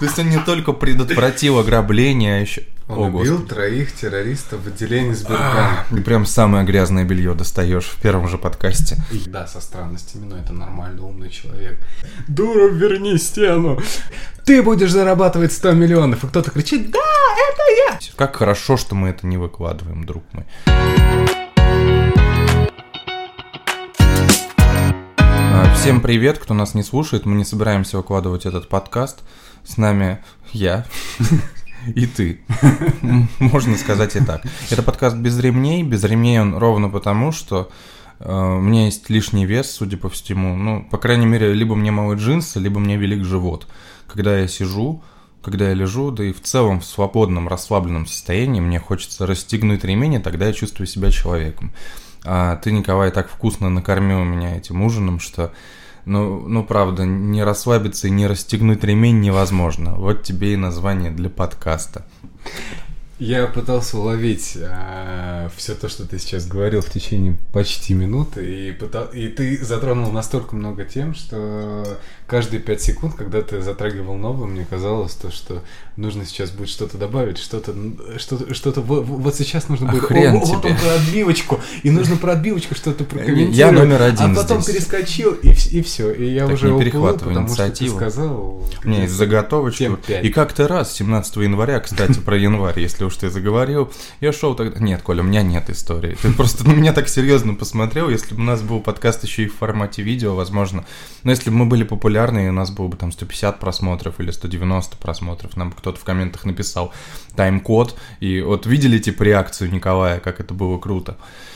То есть он не только предотвратил ограбление, а еще... Он убил 3 террористов в отделении Сбербанка. Ты прям самое грязное белье достаешь в первом же подкасте. Да, со странностями, но это нормально, умный человек. Дура, верни стену. Ты будешь зарабатывать 100 миллионов. И кто-то кричит: да, это я. Как хорошо, что мы это не выкладываем, друг мой. Всем привет, кто нас не слушает. Мы не собираемся выкладывать этот подкаст. С нами я и ты. Можно сказать и так. Это подкаст без ремней. Без ремней он ровно потому, что у меня есть лишний вес, судя по всему. Ну, по крайней мере, либо мне малы джинсы, либо мне велик живот. Когда я сижу, когда я лежу, да и в целом в свободном, расслабленном состоянии, мне хочется расстегнуть ремень, и тогда я чувствую себя человеком. А ты, Николай, так вкусно накормил меня этим ужином, что, ну правда, не расслабиться и не расстегнуть ремень невозможно. Вот тебе и название для подкаста. Я пытался уловить все то, что ты сейчас говорил в течение почти минуты, и ты затронул настолько много тем, что каждые 5 секунд, когда ты затрагивал новое, мне казалось, что нужно сейчас будет что-то добавить, что-то вот сейчас нужно будет вот он про отбивочку, и нужно про отбивочку что-то прокомментировать. Я номер один. А потом здесь перескочил, и все, и я так уже уплыл, потому инициативу. Что ты сказал. У меня есть заготовочка. И как-то раз, 17 января, кстати, про январь, если уж ты заговорил, я шел тогда... Нет, Коля, у меня нет истории. Ты просто на меня так серьезно посмотрел. Если бы у нас был подкаст еще и в формате видео, возможно. Но если бы мы были популярны, и у нас было бы там 150 просмотров или 190 просмотров, нам бы кто-то в комментах написал тайм-код. И вот видели типа реакцию Николая, как это было круто.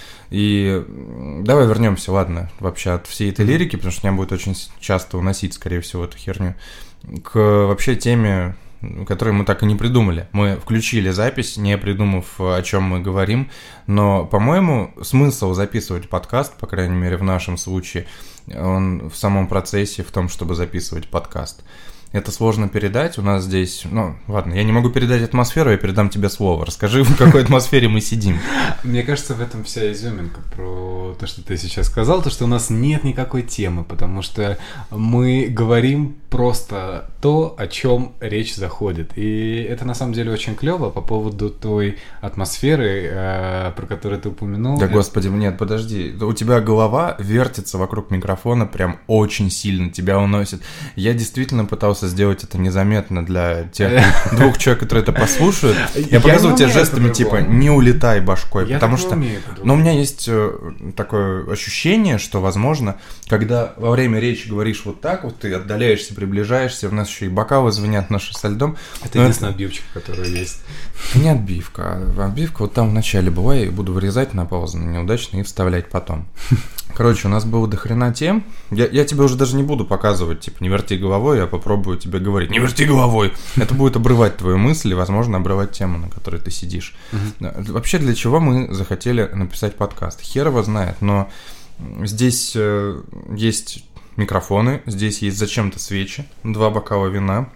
И давай вернемся, ладно, вообще от всей этой лирики, потому что меня будет очень часто уносить, скорее всего, эту херню, к вообще теме, который мы так и не придумали. Мы включили запись, не придумав, о чем мы говорим, но, по-моему, смысл записывать подкаст, по крайней мере, в нашем случае, он в самом процессе, в том, чтобы записывать подкаст. Это сложно передать, у нас здесь... Ну, ладно, я не могу передать атмосферу, я передам тебе слово. Расскажи, в какой атмосфере мы сидим. Мне кажется, в этом вся изюминка про то, что ты сейчас сказал, то, что у нас нет никакой темы, потому что мы говорим просто то, о чем речь заходит. И это на самом деле очень клево по поводу той атмосферы, про которую ты упомянул. Да, господи, нет, подожди. У тебя голова вертится вокруг микрофона прям очень сильно, тебя уносит. Я действительно пытался сделать это незаметно для тех 2 человек, которые это послушают. Я показываю тебе жестами типа «не улетай башкой», потому что... Но у меня есть такое ощущение, что, возможно, когда во время речи говоришь вот так вот, ты отдаляешься, приближаешься, у нас еще и бокалы звенят наши со льдом. Это единственная отбивочка, которая есть. Не отбивка, а отбивка вот там в начале была, я буду вырезать на паузу неудачно и вставлять потом. Короче, у нас было дохрена тем. Я тебе уже даже не буду показывать, типа, не верти головой, я попробую тебе говорить, не верти головой. Это будет обрывать твою мысль и, возможно, обрывать тему, на которой ты сидишь. Вообще, для чего мы захотели написать подкаст? Хер его знает, но здесь есть микрофоны, здесь есть зачем-то свечи, 2 бокала вина,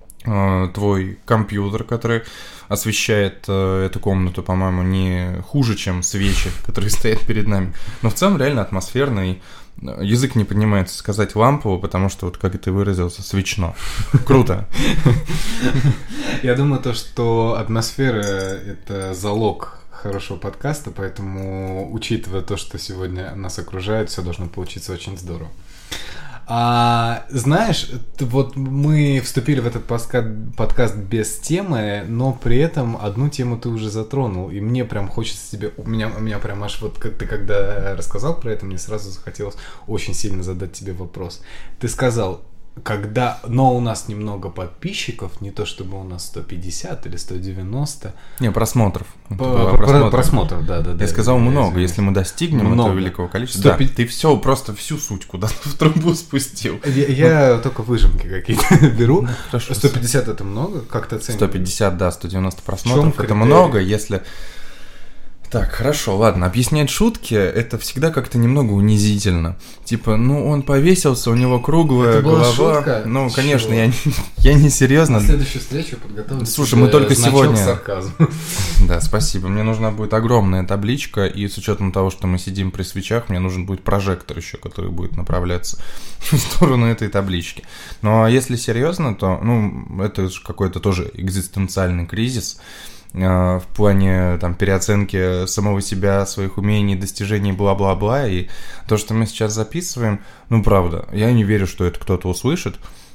твой компьютер, который освещает эту комнату, по-моему, не хуже, чем свечи, которые стоят перед нами. Но в целом реально атмосферно, и язык не поднимается сказать лампово, потому что, вот как ты выразился, свечно. Круто. Я думаю, что атмосфера — это залог хорошего подкаста, поэтому, учитывая то, что сегодня нас окружает, все должно получиться очень здорово. Знаешь, вот мы вступили в этот подкаст без темы, но при этом одну тему ты уже затронул, и мне прям хочется тебе... У меня прям аж вот ты когда рассказал про это, мне сразу захотелось очень сильно задать тебе вопрос. Ты сказал, но у нас немного подписчиков, не то чтобы у нас 150 или 190. Не, просмотров. Просмотров, да. Я сказал много, если мы достигнем этого великого количества. Да, ты просто всю суть куда-то в трубу спустил. Я только выжимки какие-то беру. Хорошо. 150 это много? Как ты оцениваешь? 150, да, 190 просмотров это много, если... Так, хорошо, ладно, объяснять шутки, это всегда как-то немного унизительно. Типа, он повесился, у него круглая голова. Шутка? Ну, конечно, я не серьезно. На следующую встречу подготовлю. Слушай, мы только сегодня... сарказм. Да, спасибо. Мне нужна будет огромная табличка, и с учетом того, что мы сидим при свечах, мне нужен будет прожектор еще, который будет направляться в сторону этой таблички. Но если серьезно, то, это какой-то тоже экзистенциальный кризис. В плане переоценки самого себя, своих умений, достижений, бла-бла-бла. И то, что мы сейчас записываем, правда, я не верю, что это кто-то услышит.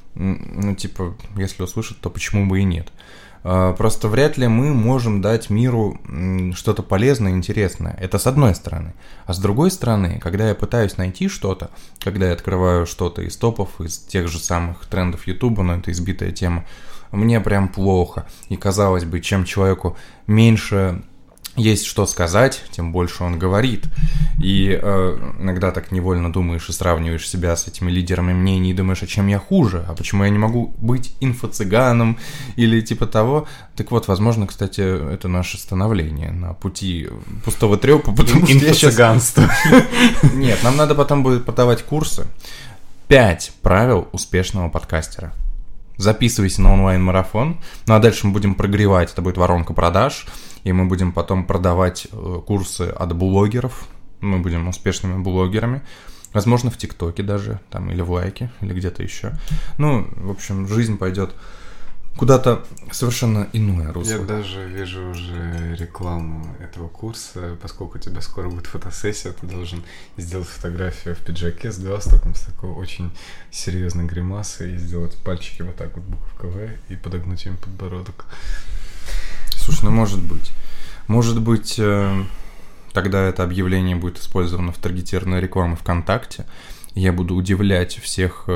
Если услышит, то почему бы и нет. Просто вряд ли мы можем дать миру что-то полезное, интересное. Это с одной стороны. А с другой стороны, когда я пытаюсь найти что-то, когда я открываю что-то из топов, из тех же самых трендов Ютуба, но это избитая тема, мне прям плохо. И казалось бы, чем человеку меньше есть что сказать, тем больше он говорит. И иногда так невольно думаешь и сравниваешь себя с этими лидерами мнений и думаешь, а чем я хуже? А почему я не могу быть инфо-цыганом или типа того? Так вот, возможно, кстати, это наше становление на пути пустого трёпа, потому что инфо-цыганство. Нет, нам надо потом будет подавать курсы. 5 правил успешного подкастера. Записывайся на онлайн-марафон, а дальше мы будем прогревать, это будет воронка продаж, и мы будем потом продавать курсы от блогеров, мы будем успешными блогерами, возможно, в ТикТоке даже, или в Лайке, или где-то еще. В общем, жизнь пойдет куда-то совершенно иное русло. Я даже вижу уже рекламу этого курса, поскольку у тебя скоро будет фотосессия, ты должен сделать фотографию в пиджаке с галстуком, с такой очень серьезной гримасой, и сделать пальчики вот так вот буковка В и подогнуть им подбородок. Слушай, может быть, тогда это объявление будет использовано в таргетированной рекламе ВКонтакте, и я буду удивлять всех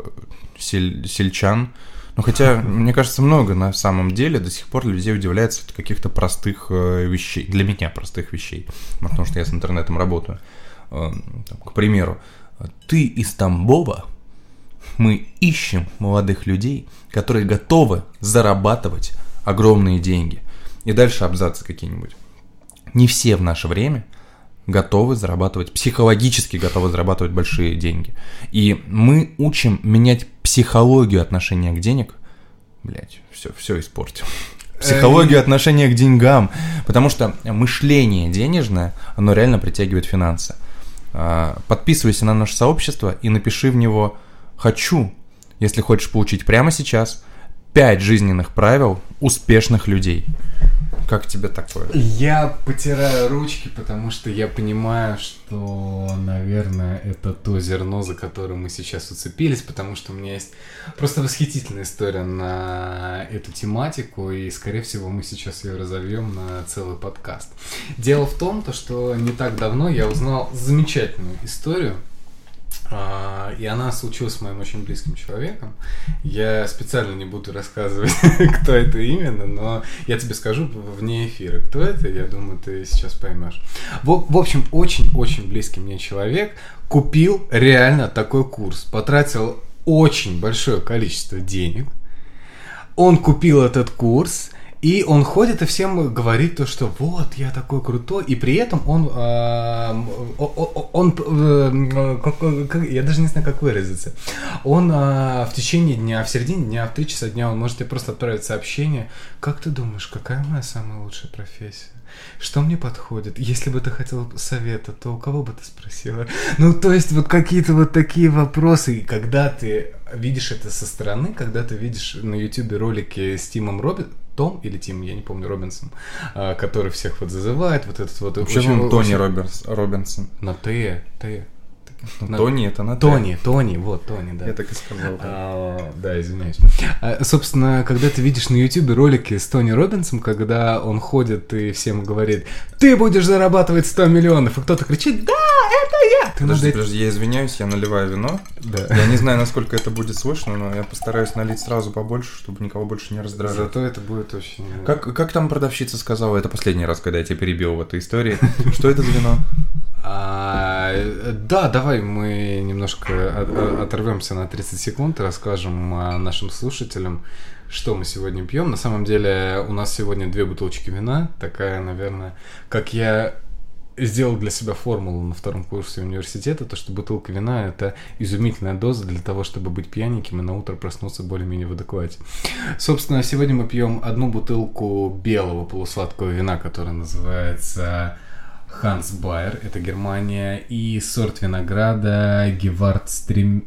сельчан. Хотя, мне кажется, много на самом деле до сих пор людей удивляется от каких-то простых вещей, для меня простых вещей, потому что я с интернетом работаю. К примеру, ты из Тамбова, мы ищем молодых людей, которые готовы зарабатывать огромные деньги. И дальше абзацы какие-нибудь. Не все в наше время готовы зарабатывать, психологически готовы зарабатывать большие деньги. И мы учим менять психологию отношения к денег. Все испортил. Психологию отношения к деньгам. Потому что мышление денежное, оно реально притягивает финансы. Подписывайся на наше сообщество и напиши в него «Хочу», если хочешь получить прямо сейчас 5 жизненных правил успешных людей. Как тебе такое? Я потираю ручки, потому что я понимаю, что, наверное, это то зерно, за которое мы сейчас уцепились, потому что у меня есть просто восхитительная история на эту тематику, и, скорее всего, мы сейчас ее разовьем на целый подкаст. Дело в том, что не так давно я узнал замечательную историю, и она случилась с моим очень близким человеком. Я специально не буду рассказывать, кто это именно, но я тебе скажу вне эфира, кто это, я думаю, ты сейчас поймешь. В общем, очень-очень близкий мне человек купил реально такой курс, потратил очень большое количество денег, он купил этот курс, и он ходит и всем говорит то, что вот, я такой крутой, и при этом он я даже не знаю, как выразиться, он в течение дня, в середине дня, в 3 часа дня, он может тебе просто отправить сообщение: как ты думаешь, какая моя самая лучшая профессия? Что мне подходит? Если бы ты хотела совета, то у кого бы ты спросила? То есть вот какие-то вот такие вопросы, и когда ты видишь это со стороны, когда ты видишь на YouTube ролики с Тимом Том или Тим, я не помню, Робинсон, который всех вот зазывает, вот этот вот... Почему Тони Робинсон? На Т. Тони, это на Т. Тони, вот, Тони, да. Я так и сказал. Да, извиняюсь. Собственно, когда ты видишь на YouTube ролики с Тони Робинсом, когда он ходит и всем говорит: ты будешь зарабатывать 100 миллионов, и кто-то кричит: да, это я! Подожди, я извиняюсь, я наливаю вино. Да. Я не знаю, насколько это будет слышно, но я постараюсь налить сразу побольше, чтобы никого больше не раздражать. Зато это будет очень... Как там продавщица сказала, это последний раз, когда я тебя перебил в этой истории, что это за вино? Да, давай мы немножко оторвемся на 30 секунд и расскажем нашим слушателям, что мы сегодня пьем. На самом деле у нас сегодня 2 бутылочки вина, такая, наверное, как я сделал для себя формулу на 2-м курсе университета, то, что бутылка вина – это изумительная доза для того, чтобы быть пьяненьким и на утро проснуться более-менее в адеквате. Собственно, сегодня мы пьем 1 бутылку белого полусладкого вина, которое называется Ханс Байер, это Германия, и сорт винограда Gewürztraminer.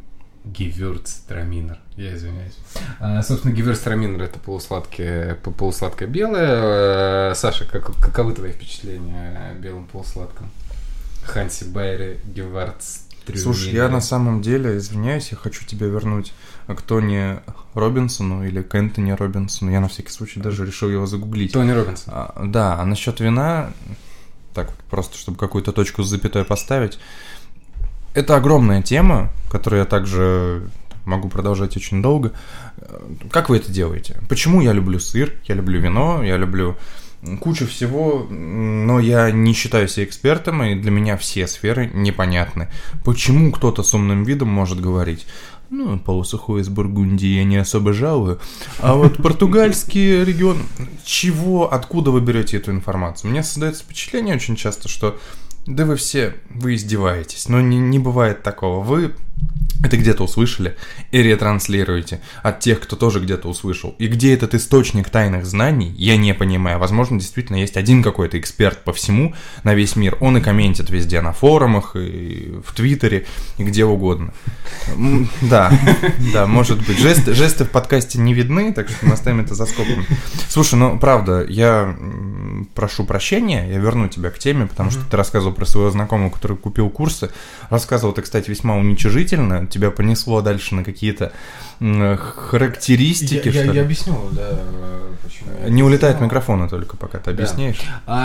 Я извиняюсь. Собственно, Gewürztraminer – это полусладкое белое. Саша, каковы твои впечатления о белом полусладком? Ханси Байере Gewürztraminer. Слушай, я на самом деле, извиняюсь, я хочу тебя вернуть к Тони Робинсону или к Энтони Робинсону. Я на всякий случай даже решил его загуглить. Тони Робинсон. Да, а насчет вина, так просто, чтобы какую-то точку с запятой поставить, это огромная тема, которую я также могу продолжать очень долго. Как вы это делаете? Почему я люблю сыр, я люблю вино, я люблю кучу всего, но я не считаю себя экспертом, и для меня все сферы непонятны. Почему кто-то с умным видом может говорить: ну, полусухой из Бургундии я не особо жалую, а вот португальский регион... Чего, откуда вы берете эту информацию? У меня создается впечатление очень часто, что да вы издеваетесь, но не бывает такого. Вы это где-то услышали и ретранслируете от тех, кто тоже где-то услышал. И где этот источник тайных знаний, я не понимаю. Возможно, действительно есть один какой-то эксперт по всему, на весь мир. Он и комментит везде, на форумах, и в Твиттере, и где угодно. Да, может быть. Жесты в подкасте не видны, так что мы оставим это за скобками. Слушай, ну, правда, я прошу прощения, я верну тебя к теме, потому что ты рассказывал про своего знакомого, который купил курсы. Рассказывал ты, кстати, весьма уничижительно. Тебя понесло дальше на какие-то характеристики. Я объясню, да, почему. Не улетает микрофона только, пока ты объясняешь.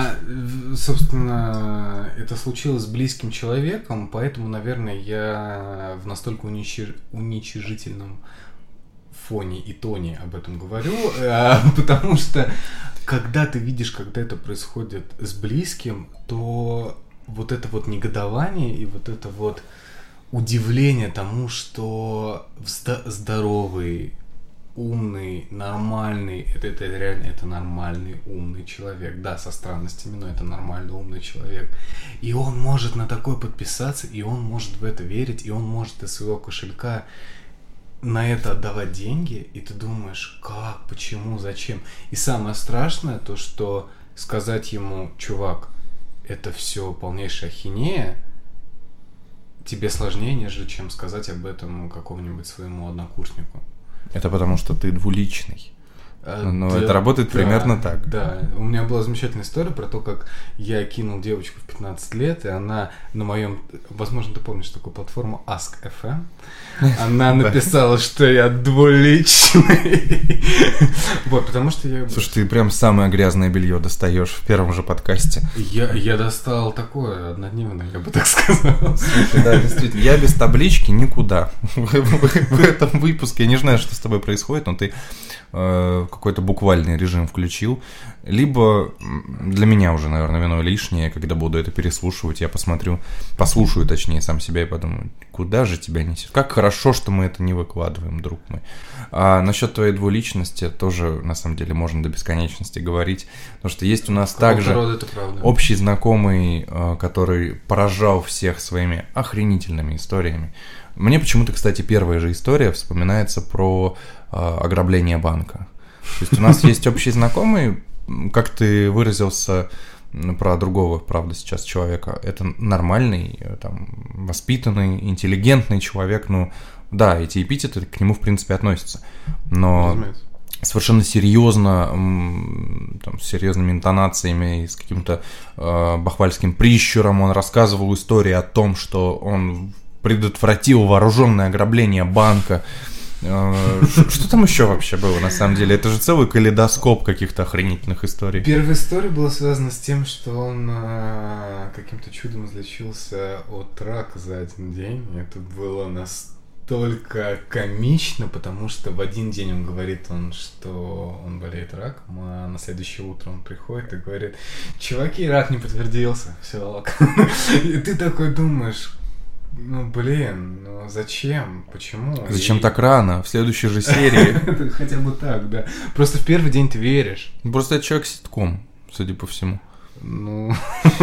Собственно, это случилось с близким человеком, поэтому, наверное, я в настолько уничижительном фоне и тоне об этом говорю, потому что когда ты видишь, когда это происходит с близким, то вот это вот негодование и вот это вот удивление тому, что здоровый, умный, нормальный, это реально, это нормальный, умный человек. Да, со странностями, но это нормальный, умный человек. И он может на такое подписаться, и он может в это верить, и он может из своего кошелька на это отдавать деньги, и ты думаешь, как, почему, зачем. И самое страшное то, что сказать ему: чувак, это все полнейшая ахинея, тебе сложнее, нежели чем сказать об этом какому-нибудь своему однокурснику. Это потому, что ты двуличный. Но да, это работает примерно так. Да, у меня была замечательная история про то, как я кинул девочку в 15 лет, и она на моем, возможно, ты помнишь такую платформу Ask.fm, она написала, что я двуличный. Вот, потому что я... Слушай, ты прям самое грязное белье достаешь в первом же подкасте. Я достал такое однодневное, я бы так сказал. Слушай, да, действительно, я без таблички никуда. В этом выпуске я не знаю, что с тобой происходит, но ты какой-то буквальный режим включил. Либо для меня уже, наверное, вино лишнее, когда буду это переслушивать, я послушаю, точнее, сам себя и подумаю, куда же тебя несет? Как хорошо, что мы это не выкладываем, друг мой. А насчет твоей двуличности тоже, на самом деле, можно до бесконечности говорить, потому что есть у нас также общий знакомый, который поражал всех своими охренительными историями. Мне почему-то, кстати, первая же история вспоминается про ограбление банка. То есть у нас есть общий знакомый, как ты выразился про другого, правда, сейчас человека, это нормальный, там, воспитанный, интеллигентный человек, ну, да, эти эпитеты к нему, в принципе, относятся, но совершенно серьезно, там, с серьезными интонациями, с каким-то бахвальским прищуром он рассказывал истории о том, что он предотвратил вооруженное ограбление банка. Что там еще вообще было, на самом деле? Это же целый калейдоскоп каких-то охренительных историй. Первая история была связана с тем, что он каким-то чудом излечился от рака за один день. Это было настолько настолько комично, потому что в один день он говорит, что он болеет раком, а на следующее утро он приходит и говорит: чуваки, рак не подтвердился, все ок. И ты такой думаешь: ну зачем? Почему? Зачем так рано? В следующей же серии. Хотя бы так, да. Просто в первый день ты веришь. Просто это человек-ситком, судя по всему. Ну...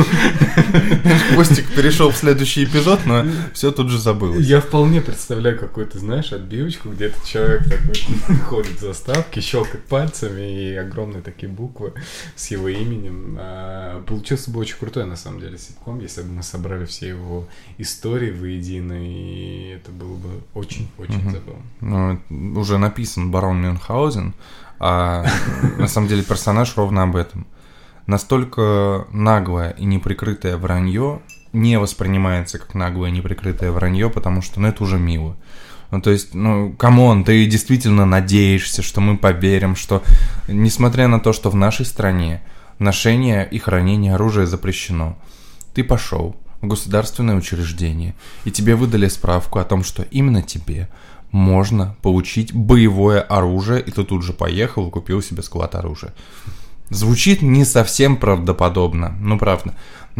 Костик перешел в следующий эпизод, но все тут же забылось. Я вполне представляю какую-то, знаешь, отбивочку, где этот человек такой ходит в заставке, щелкает пальцами, и огромные такие буквы с его именем. Получился бы очень крутой, на самом деле, ситком, если бы мы собрали все его истории воедино, и это было бы очень-очень забавно. Ну, уже написан барон Мюнхгаузен, а на самом деле персонаж ровно об этом. Настолько наглое и неприкрытое вранье не воспринимается как наглое и неприкрытое вранье, потому что, это уже мило. Ну, то есть, камон, ты действительно надеешься, что мы поверим, что, несмотря на то, что в нашей стране ношение и хранение оружия запрещено, ты пошел в государственное учреждение, и тебе выдали справку о том, что именно тебе можно получить боевое оружие, и ты тут же поехал и купил себе склад оружия. Звучит не совсем правдоподобно, правда.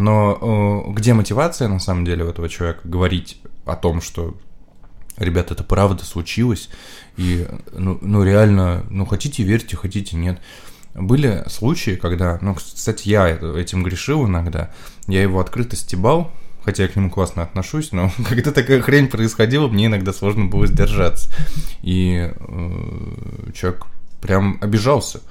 Но где мотивация, на самом деле, у этого человека говорить о том, что, ребят, это правда случилось, и, реально, хотите верьте, хотите нет. Были случаи, когда, кстати, я этим грешил иногда, я его открыто стебал, хотя я к нему классно отношусь, но когда такая хрень происходила, мне иногда сложно было сдержаться. И человек прям обижался.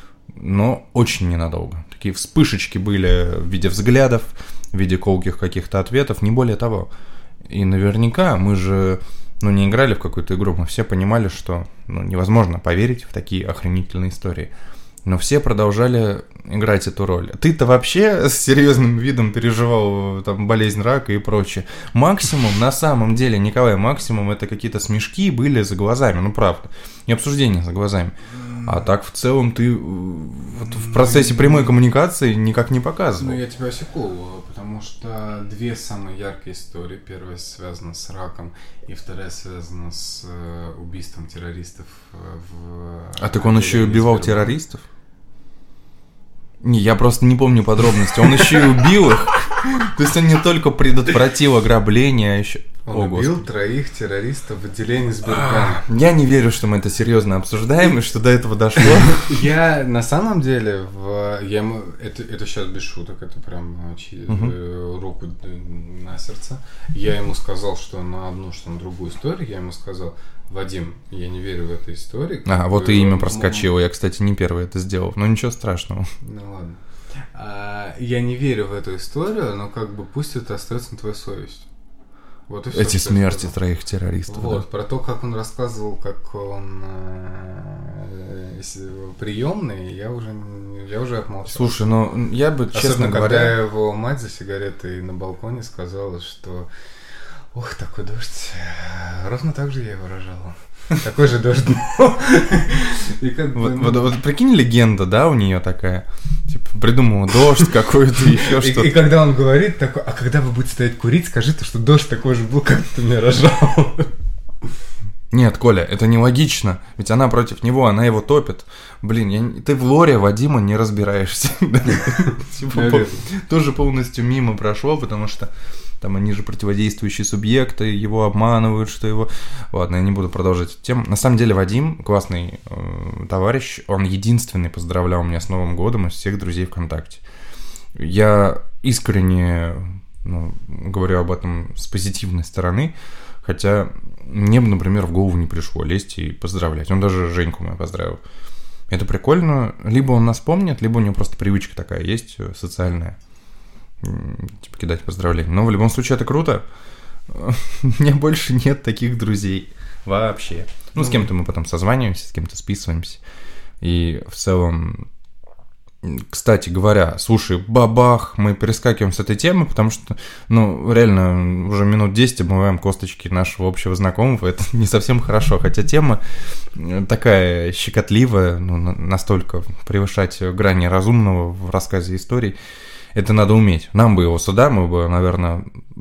Но очень ненадолго. Такие вспышечки были в виде взглядов, в виде колких каких-то ответов, не более того. И наверняка мы же, не играли в какую-то игру, мы все понимали, что невозможно поверить в такие охренительные истории. Но все продолжали играть эту роль. Ты-то вообще с серьезным видом переживал болезнь рака и прочее. Максимум, на самом деле, Николай, максимум это какие-то смешки были за глазами, правда. И обсуждения за глазами. А так в целом ты в процессе прямой коммуникации никак не показывал. Я тебя осеку, потому что две самые яркие истории. Первая связана с раком, и вторая связана с убийством террористов А так он еще и убивал террористов? Не, я просто не помню подробности. Он еще и убил их. То есть он не только предотвратил ограбление, а еще... Он убил 3 террористов в отделении Сбербанка. Я не верю, что мы это серьезно обсуждаем и что до этого дошло. Я на самом деле, это сейчас без шуток, это прям руку на сердце. Я ему сказал, что на одну, что на другую историю. Я ему сказал: Вадим, я не верю в эту историю. Вот и имя проскочило. Я, кстати, не первый это сделал, но ничего страшного. Ну ладно. Я не верю в эту историю, но пусть это остается на твоей совести. Вот и все, эти смерти 3 террористов. Вот, про то, как он рассказывал, как он приемный, я уже отмолчал. Слушай, я бы, честно говоря... когда его мать за сигаретой на балконе сказала, что ох, такой дождь, ровно так же я и выражала. Такой же дождь был. Вот прикинь, легенда, да, у нее такая. Типа, придумала дождь какой-то, еще что-то. И когда он говорит такой: а когда вы будете стоять курить, скажите, что дождь такой же был, как ты меня рожал. Нет, Коля, это нелогично. Ведь она против него, она его топит. Блин, ты в лоре Вадима не разбираешься. Тоже полностью мимо прошло, потому что там они же противодействующие субъекты, его обманывают, что его... Ладно, я не буду продолжать эту тему. На самом деле Вадим классный товарищ, он единственный поздравлял меня с Новым годом из всех друзей ВКонтакте. Я искренне говорю об этом с позитивной стороны, хотя мне бы, например, в голову не пришло лезть и поздравлять. Он даже Женьку мою поздравил. Это прикольно. Либо он нас помнит, либо у него просто привычка такая есть, социальная. Типа кидать поздравления. Но в любом случае это круто. У меня больше нет таких друзей вообще. С кем-то мы потом созваниваемся, с кем-то списываемся. И в целом, кстати говоря, слушай, бабах, мы перескакиваем с этой темы, потому что, реально, уже минут 10 обмываем косточки нашего общего знакомого. Это не совсем хорошо, хотя тема такая щекотливая, настолько превышать грани разумного в рассказе историй. Это надо уметь. Нам бы его сюда, мы бы, наверное,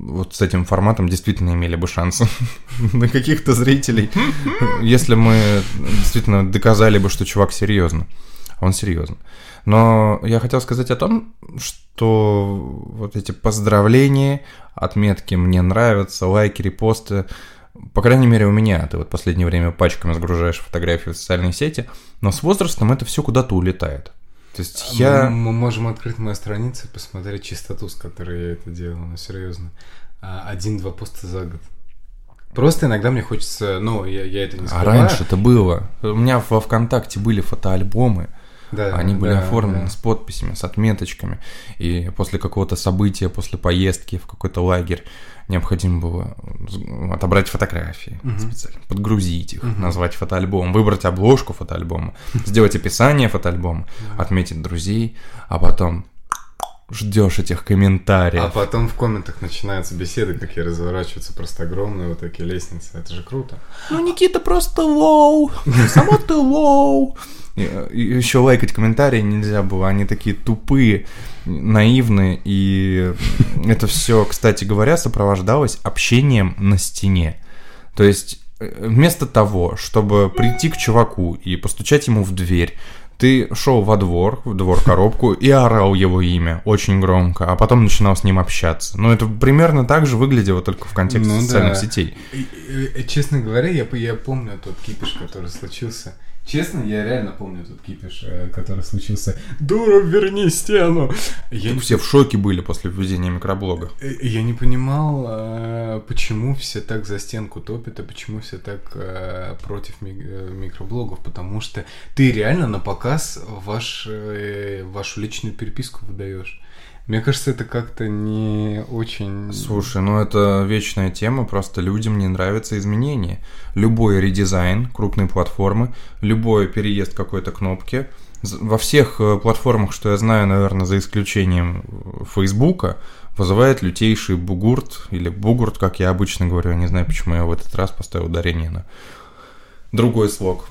вот с этим форматом действительно имели бы шансы на каких-то зрителей, если мы действительно доказали бы, что чувак серьезно. Он серьезно. Но я хотел сказать о том, что вот эти поздравления, отметки «мне нравятся», лайки, репосты, по крайней мере у меня, ты вот в последнее время пачками загружаешь фотографии в социальные сети, но с возрастом это все куда-то улетает. То есть мы можем открыть мою страницу и посмотреть частоту, с которой я это делал, но серьезно. 1-2 поста за год. Просто иногда мне хочется, я это не скрываю. А раньше это было. У меня во ВКонтакте были фотоальбомы. Да, они были оформлены с подписями, с отметочками. И после какого-то события, после поездки в какой-то лагерь необходимо было отобрать фотографии специально, подгрузить их, назвать фотоальбом, выбрать обложку фотоальбома, сделать описание фотоальбома, отметить друзей, а потом ждешь этих комментариев. А потом в комментах начинаются беседы, какие разворачиваются, просто огромные вот такие лестницы. Это же круто. Никита просто лоу, сама ты лоу. И еще лайкать комментарии нельзя было, они такие тупые, наивные, и это все, кстати говоря, сопровождалось общением на стене. То есть вместо того, чтобы прийти к чуваку и постучать ему в дверь, ты шел в двор-коробку и орал его имя очень громко, а потом начинал с ним общаться. Это примерно так же выглядело, только в контексте социальных сетей. Честно говоря, я помню тот кипиш, который случился. Честно, я реально помню тот кипиш, который случился. Дуров, верни стену! Все в шоке были после введения микроблога. Я не понимал, почему все так за стенку топят, и почему все так против микроблогов, потому что ты реально на показ вашу личную переписку выдаешь. Мне кажется, это как-то не очень... Слушай, это вечная тема, просто людям не нравятся изменения. Любой редизайн крупной платформы, любой переезд какой-то кнопки. Во всех платформах, что я знаю, наверное, за исключением Фейсбука, вызывает лютейший бугурт, или бугурт, как я обычно говорю, я не знаю, почему я в этот раз поставил ударение на другой слог.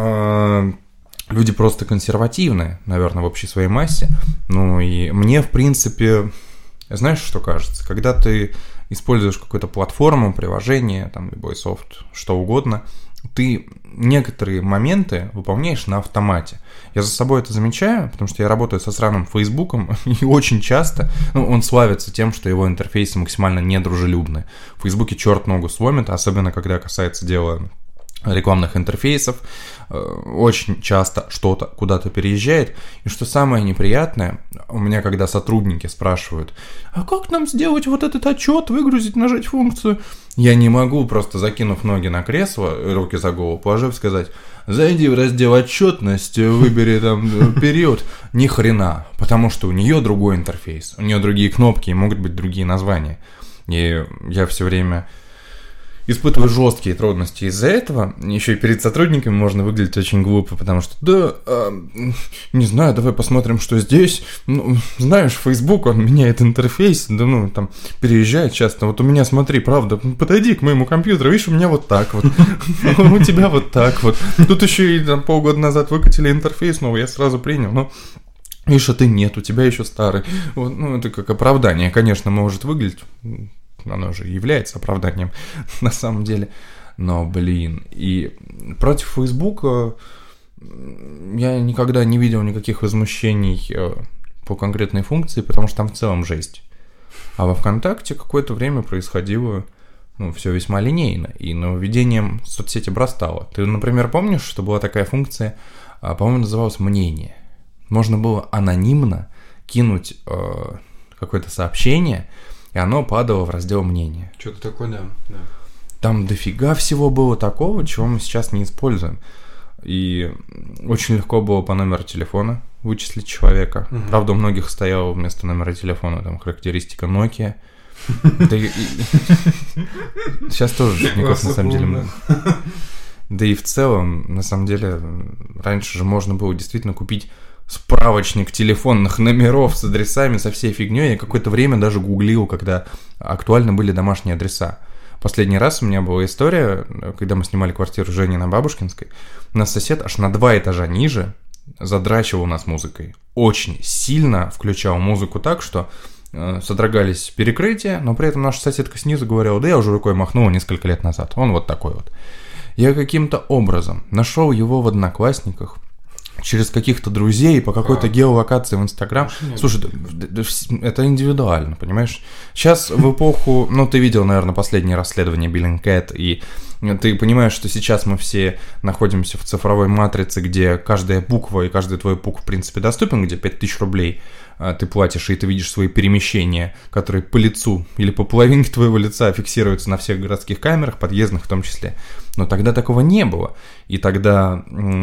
Люди просто консервативные, наверное, в общей своей массе. И мне, в принципе, знаешь, что кажется? Когда ты используешь какую-то платформу, приложение, любой софт, что угодно, ты некоторые моменты выполняешь на автомате. Я за собой это замечаю, потому что я работаю со сраным Фейсбуком, и очень часто он славится тем, что его интерфейсы максимально недружелюбны. В Фейсбуке черт ногу сломит, особенно когда касается дела рекламных интерфейсов, очень часто что-то куда-то переезжает. И что самое неприятное, у меня когда сотрудники спрашивают, а как нам сделать вот этот отчет, выгрузить, нажать функцию? Я не могу, просто закинув ноги на кресло, руки за голову положив, сказать, зайди в раздел отчетность, выбери период. Ни хрена, потому что у нее другой интерфейс, у нее другие кнопки и могут быть другие названия. И я все время испытываю жесткие трудности из-за этого. Еще и перед сотрудниками можно выглядеть очень глупо, потому что, не знаю, давай посмотрим, что здесь. Знаешь, Facebook, он меняет интерфейс, переезжает часто. Вот у меня, смотри, правда, подойди к моему компьютеру, видишь, у меня вот так вот, у тебя вот так вот. Тут еще и полгода назад выкатили интерфейс новый, я сразу принял, видишь, а ты нет, у тебя еще старый. Это как оправдание, конечно, может выглядеть. Оно же является оправданием на самом деле. Но, и против Фейсбука я никогда не видел никаких возмущений по конкретной функции, потому что там в целом жесть. А во ВКонтакте какое-то время происходило, все весьма линейно, и нововведением соцсети обрастало. Ты, например, помнишь, что была такая функция, по-моему, называлась «Мнение». Можно было анонимно кинуть какое-то сообщение, и оно падало в раздел «Мнения». Что-то такое, да. Там дофига всего было такого, чего мы сейчас не используем. И очень легко было по номеру телефона вычислить человека. Угу. Правда, у многих стояло вместо номера телефона характеристика Nokia. Сейчас тоже никак на самом деле. Да и в целом, на самом деле, раньше же можно было действительно купить справочник телефонных номеров с адресами, со всей фигней. Я какое-то время даже гуглил, когда актуальны были домашние адреса. Последний раз у меня была история, когда мы снимали квартиру Жени на Бабушкинской. У нас сосед аж на 2 этажа ниже задрачивал нас музыкой. Очень сильно включал музыку так, что содрогались перекрытия, но при этом наша соседка снизу говорила: да я уже рукой махнула несколько лет назад, он вот такой вот. Я каким-то образом нашел его в Одноклассниках, через каких-то друзей, по какой-то геолокации в Инстаграм. Слушай, это индивидуально, понимаешь? Сейчас в эпоху, ну, ты видел, наверное, последнее расследование Bellingcat, и ты понимаешь, что сейчас мы все находимся в цифровой матрице, где каждая буква и каждый твой пук, в принципе, доступен, где 5000 рублей ты платишь, и ты видишь свои перемещения, которые по лицу или по половинке твоего лица фиксируются на всех городских камерах, подъездных в том числе. Но тогда такого не было. И тогда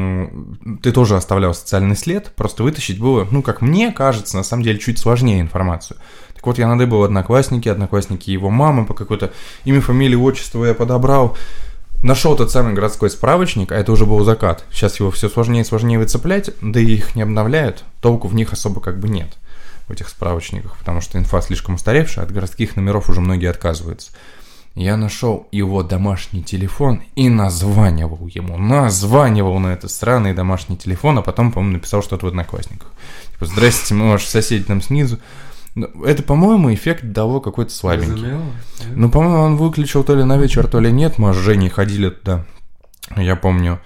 ты тоже оставлял социальный след, просто вытащить было, ну, как мне кажется, на самом деле чуть сложнее информацию. Так вот, я надыбал одноклассники его мамы, по какой-то имя, фамилии, отчеству я подобрал. Нашел тот самый городской справочник, а это уже был закат. Сейчас его все сложнее и сложнее выцеплять, да и их не обновляют, толку в них особо как бы нет, в этих справочниках, потому что инфа слишком устаревшая, от городских номеров уже многие отказываются. Я нашел его домашний телефон и названивал на этот странный домашний телефон, а потом, по-моему, написал что-то в Одноклассниках. Типа: здрасте, мы ваши соседи там снизу. Это, по-моему, эффект дало какой-то слабенький. Ну, по-моему, он выключил то ли на вечер, то ли нет. Мы с Женей ходили туда. Я помню,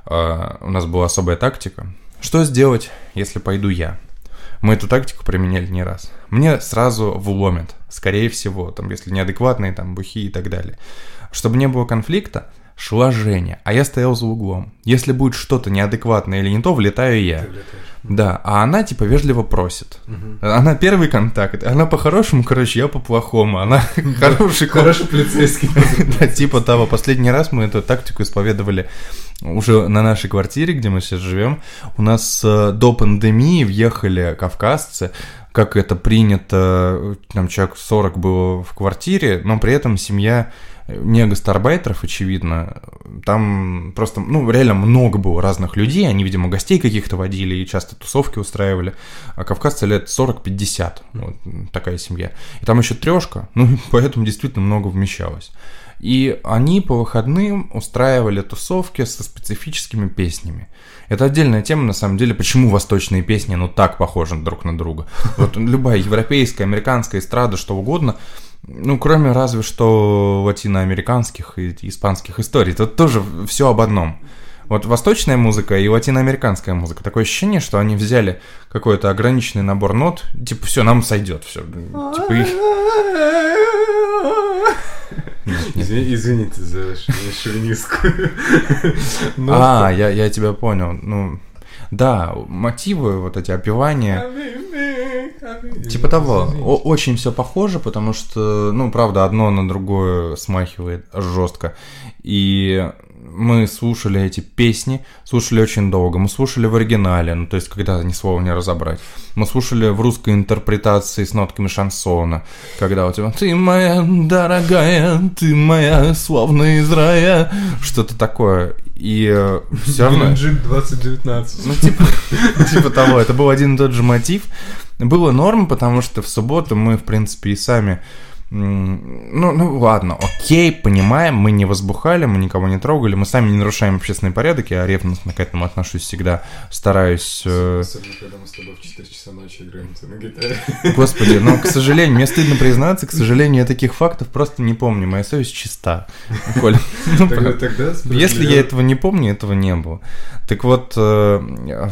у нас была особая тактика. Что сделать, если пойду я? Мы эту тактику применяли не раз. Мне сразу вломят, скорее всего, там, если неадекватные, там, бухи и так далее. Чтобы не было конфликта, шла Женя, а я стоял за углом. Если будет что-то неадекватное или не то, влетаю я. Да, а она типа вежливо просит. Она первый контакт, она по-хорошему, короче, я по-плохому. Она хороший полицейский. Да, типа того. Последний раз мы эту тактику исповедовали уже на нашей квартире, где мы сейчас живем. У нас до пандемии въехали кавказцы, как это принято, там человек 40 было в квартире, но при этом семья не гастарбайтеров, очевидно. Там просто, ну, реально много было разных людей. Они, видимо, гостей каких-то водили и часто тусовки устраивали. А кавказцы лет 40-50. Вот такая семья. И там еще трешка, ну, поэтому действительно много вмещалось. И они по выходным устраивали тусовки со специфическими песнями. Это отдельная тема, на самом деле, почему восточные песни, ну, так похожи друг на друга. Вот любая европейская, американская эстрада, что угодно, ну, кроме разве что латиноамериканских и испанских историй. Тут тоже все об одном. Вот восточная музыка и латиноамериканская музыка. Такое ощущение, что они взяли какой-то ограниченный набор нот. Типа, все, нам сойдет, все. Типа их... Извините за шовинистскую. Я тебя понял. Ну, да, мотивы, вот эти опевания. Типа того. Очень все похоже, потому что, ну, правда, одно на другое смахивает жестко. И мы слушали эти песни, слушали очень долго. Мы слушали в оригинале, ну, то есть, когда ни слова не разобрать. Мы слушали в русской интерпретации с нотками шансона, когда у тебя «Ты моя дорогая, ты моя славная из рая», что-то такое. И все равно... Джип 2019. Ну, типа того, это был один и тот же мотив. Было норм, потому что в субботу мы, в принципе, и сами... Ну, ладно, окей, понимаем, мы не возбухали, мы никого не трогали, мы сами не нарушаем общественный порядок, я ревностно к этому отношусь всегда, стараюсь... Особенно, когда мы с тобой в 4 часа ночи играем на гитаре. Господи, ну, к сожалению, мне стыдно признаться, к сожалению, я таких фактов просто не помню, моя совесть чиста, Коль. Если я этого не помню, этого не было. Так вот, я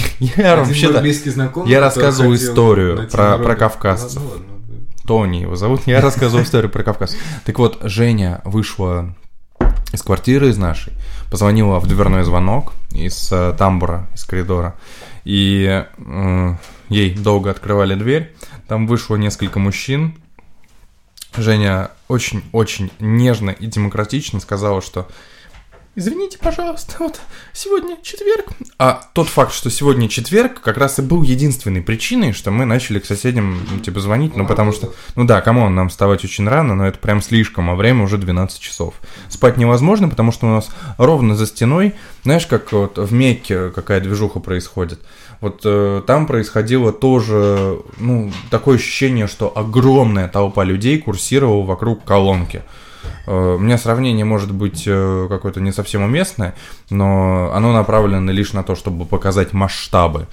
рассказывал историю про кавказцев. Тони его зовут, я рассказывал историю про Кавказ. Так вот, Женя вышла из квартиры из нашей, позвонила в дверной звонок из тамбура, из коридора, и ей долго открывали дверь, там вышло несколько мужчин. Женя очень-очень нежно и демократично сказала, что «Извините, пожалуйста, вот сегодня четверг». А тот факт, что сегодня четверг, как раз и был единственной причиной, что мы начали к соседям, типа, звонить, ну, потому что, ну да, камон, нам вставать очень рано, но это прям слишком, а время уже 12 часов. Спать невозможно, потому что у нас ровно за стеной, знаешь, как вот в Мекке какая движуха происходит, вот там происходило тоже, ну, такое ощущение, что огромная толпа людей курсировала вокруг колонки. У меня сравнение может быть какое-то не совсем уместное, но оно направлено лишь на то, чтобы показать масштабы.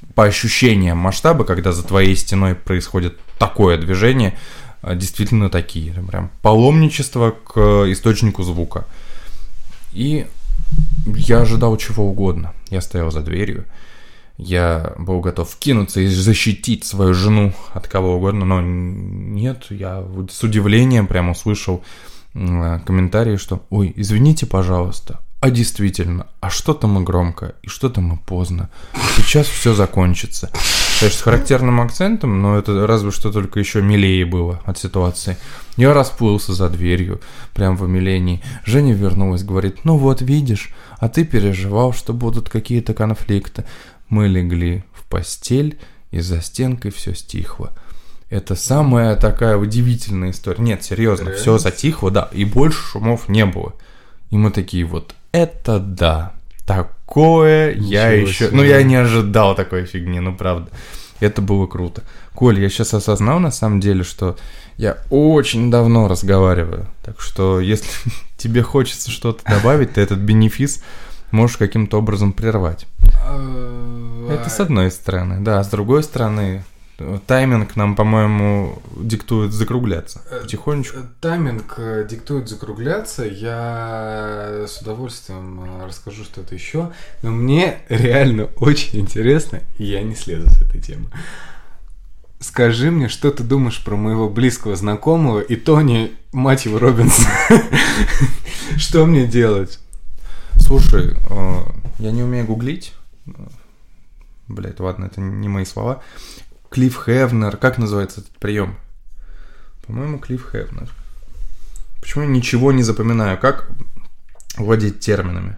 по ощущениям масштаба, когда за твоей стеной происходит такое движение, действительно такие. Прям паломничество к источнику звука. И я ожидал чего угодно. Я стоял за дверью. Я был готов кинуться и защитить свою жену от кого угодно, но нет, я с удивлением прямо услышал комментарии, что «Ой, извините, пожалуйста, а действительно, а что-то мы громко и что-то мы поздно, сейчас все закончится». Конечно, с характерным акцентом, но это разве что только еще милее было от ситуации. Я расплылся за дверью, прям в умилении. Женя вернулась, говорит: «Ну вот, видишь, а ты переживал, что будут какие-то конфликты». Мы легли в постель, и за стенкой все стихло. Это самая такая удивительная история. Нет, серьезно, все затихло, да, и больше шумов не было. И мы такие вот, это да, такое ничего я еще... себе. Ну, я не ожидал такой фигни, ну, правда. Это было круто. Коль, я сейчас осознал, на самом деле, что я очень давно разговариваю. Так что, если тебе хочется что-то добавить, ты этот бенефис можешь каким-то образом прервать. Это с одной стороны. Да, с другой стороны, тайминг нам, по-моему, диктует закругляться потихонечку. Тайминг диктует закругляться. Я с удовольствием расскажу что-то еще. Но мне реально очень интересно, и я не слезу с этой темы. Скажи мне, что ты думаешь про моего близкого знакомого и Тони, мать его, Робинсона? Что мне делать? Слушай, я не умею гуглить. Блять, ладно, это не мои слова. Клиффхевнер, как называется этот прием? По-моему, Клиффхевнер. Почему я ничего не запоминаю? Как владеть терминами?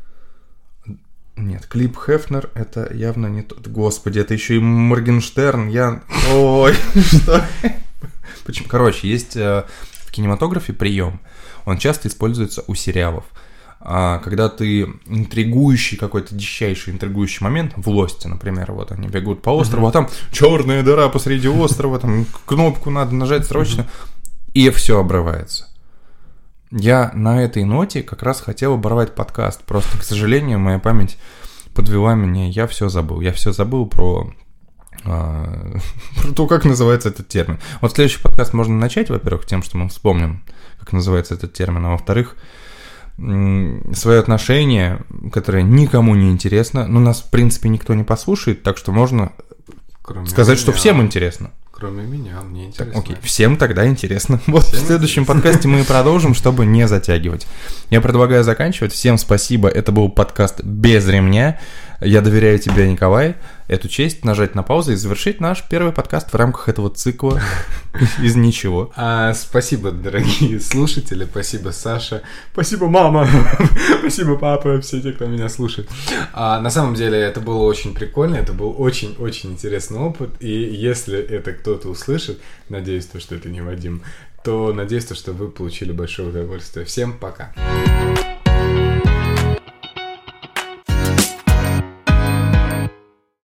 Нет, Клиффхевнер это явно не тот. Господи, это еще и Моргенштерн. Ой, что? Почему? Короче, есть в кинематографе прием. Он часто используется у сериалов. Когда ты интригующий, какой-то дичайший интригующий момент, в Лосте, например, вот они бегут по острову, а там черная дыра посреди острова, там кнопку надо нажать срочно, и все обрывается. Я на этой ноте как раз хотел оборвать подкаст, просто, к сожалению, моя память подвела меня, я все забыл. Я все забыл про то, как называется этот термин. Вот следующий подкаст можно начать, во-первых, тем, что мы вспомним, как называется этот термин, а во-вторых, свое отношение, которое никому не интересно, но нас, в принципе, никто не послушает, так что можно сказать, что всем интересно. Кроме меня, мне интересно. Так, окей, всем тогда интересно. Вот всем в следующем подкасте мы продолжим, чтобы не затягивать. Я предлагаю заканчивать. Всем спасибо. Это был подкаст «Без ремня». Я доверяю тебе, Николай, эту честь нажать на паузу и завершить наш первый подкаст в рамках этого цикла из ничего. Спасибо, дорогие слушатели, спасибо, Саша, спасибо, мама, спасибо, папа, все те, кто меня слушает. На самом деле это было очень прикольно, это был очень-очень интересный опыт, и если это кто-то услышит, надеюсь, что это не Вадим, то надеюсь, что вы получили большое удовольствие. Всем пока.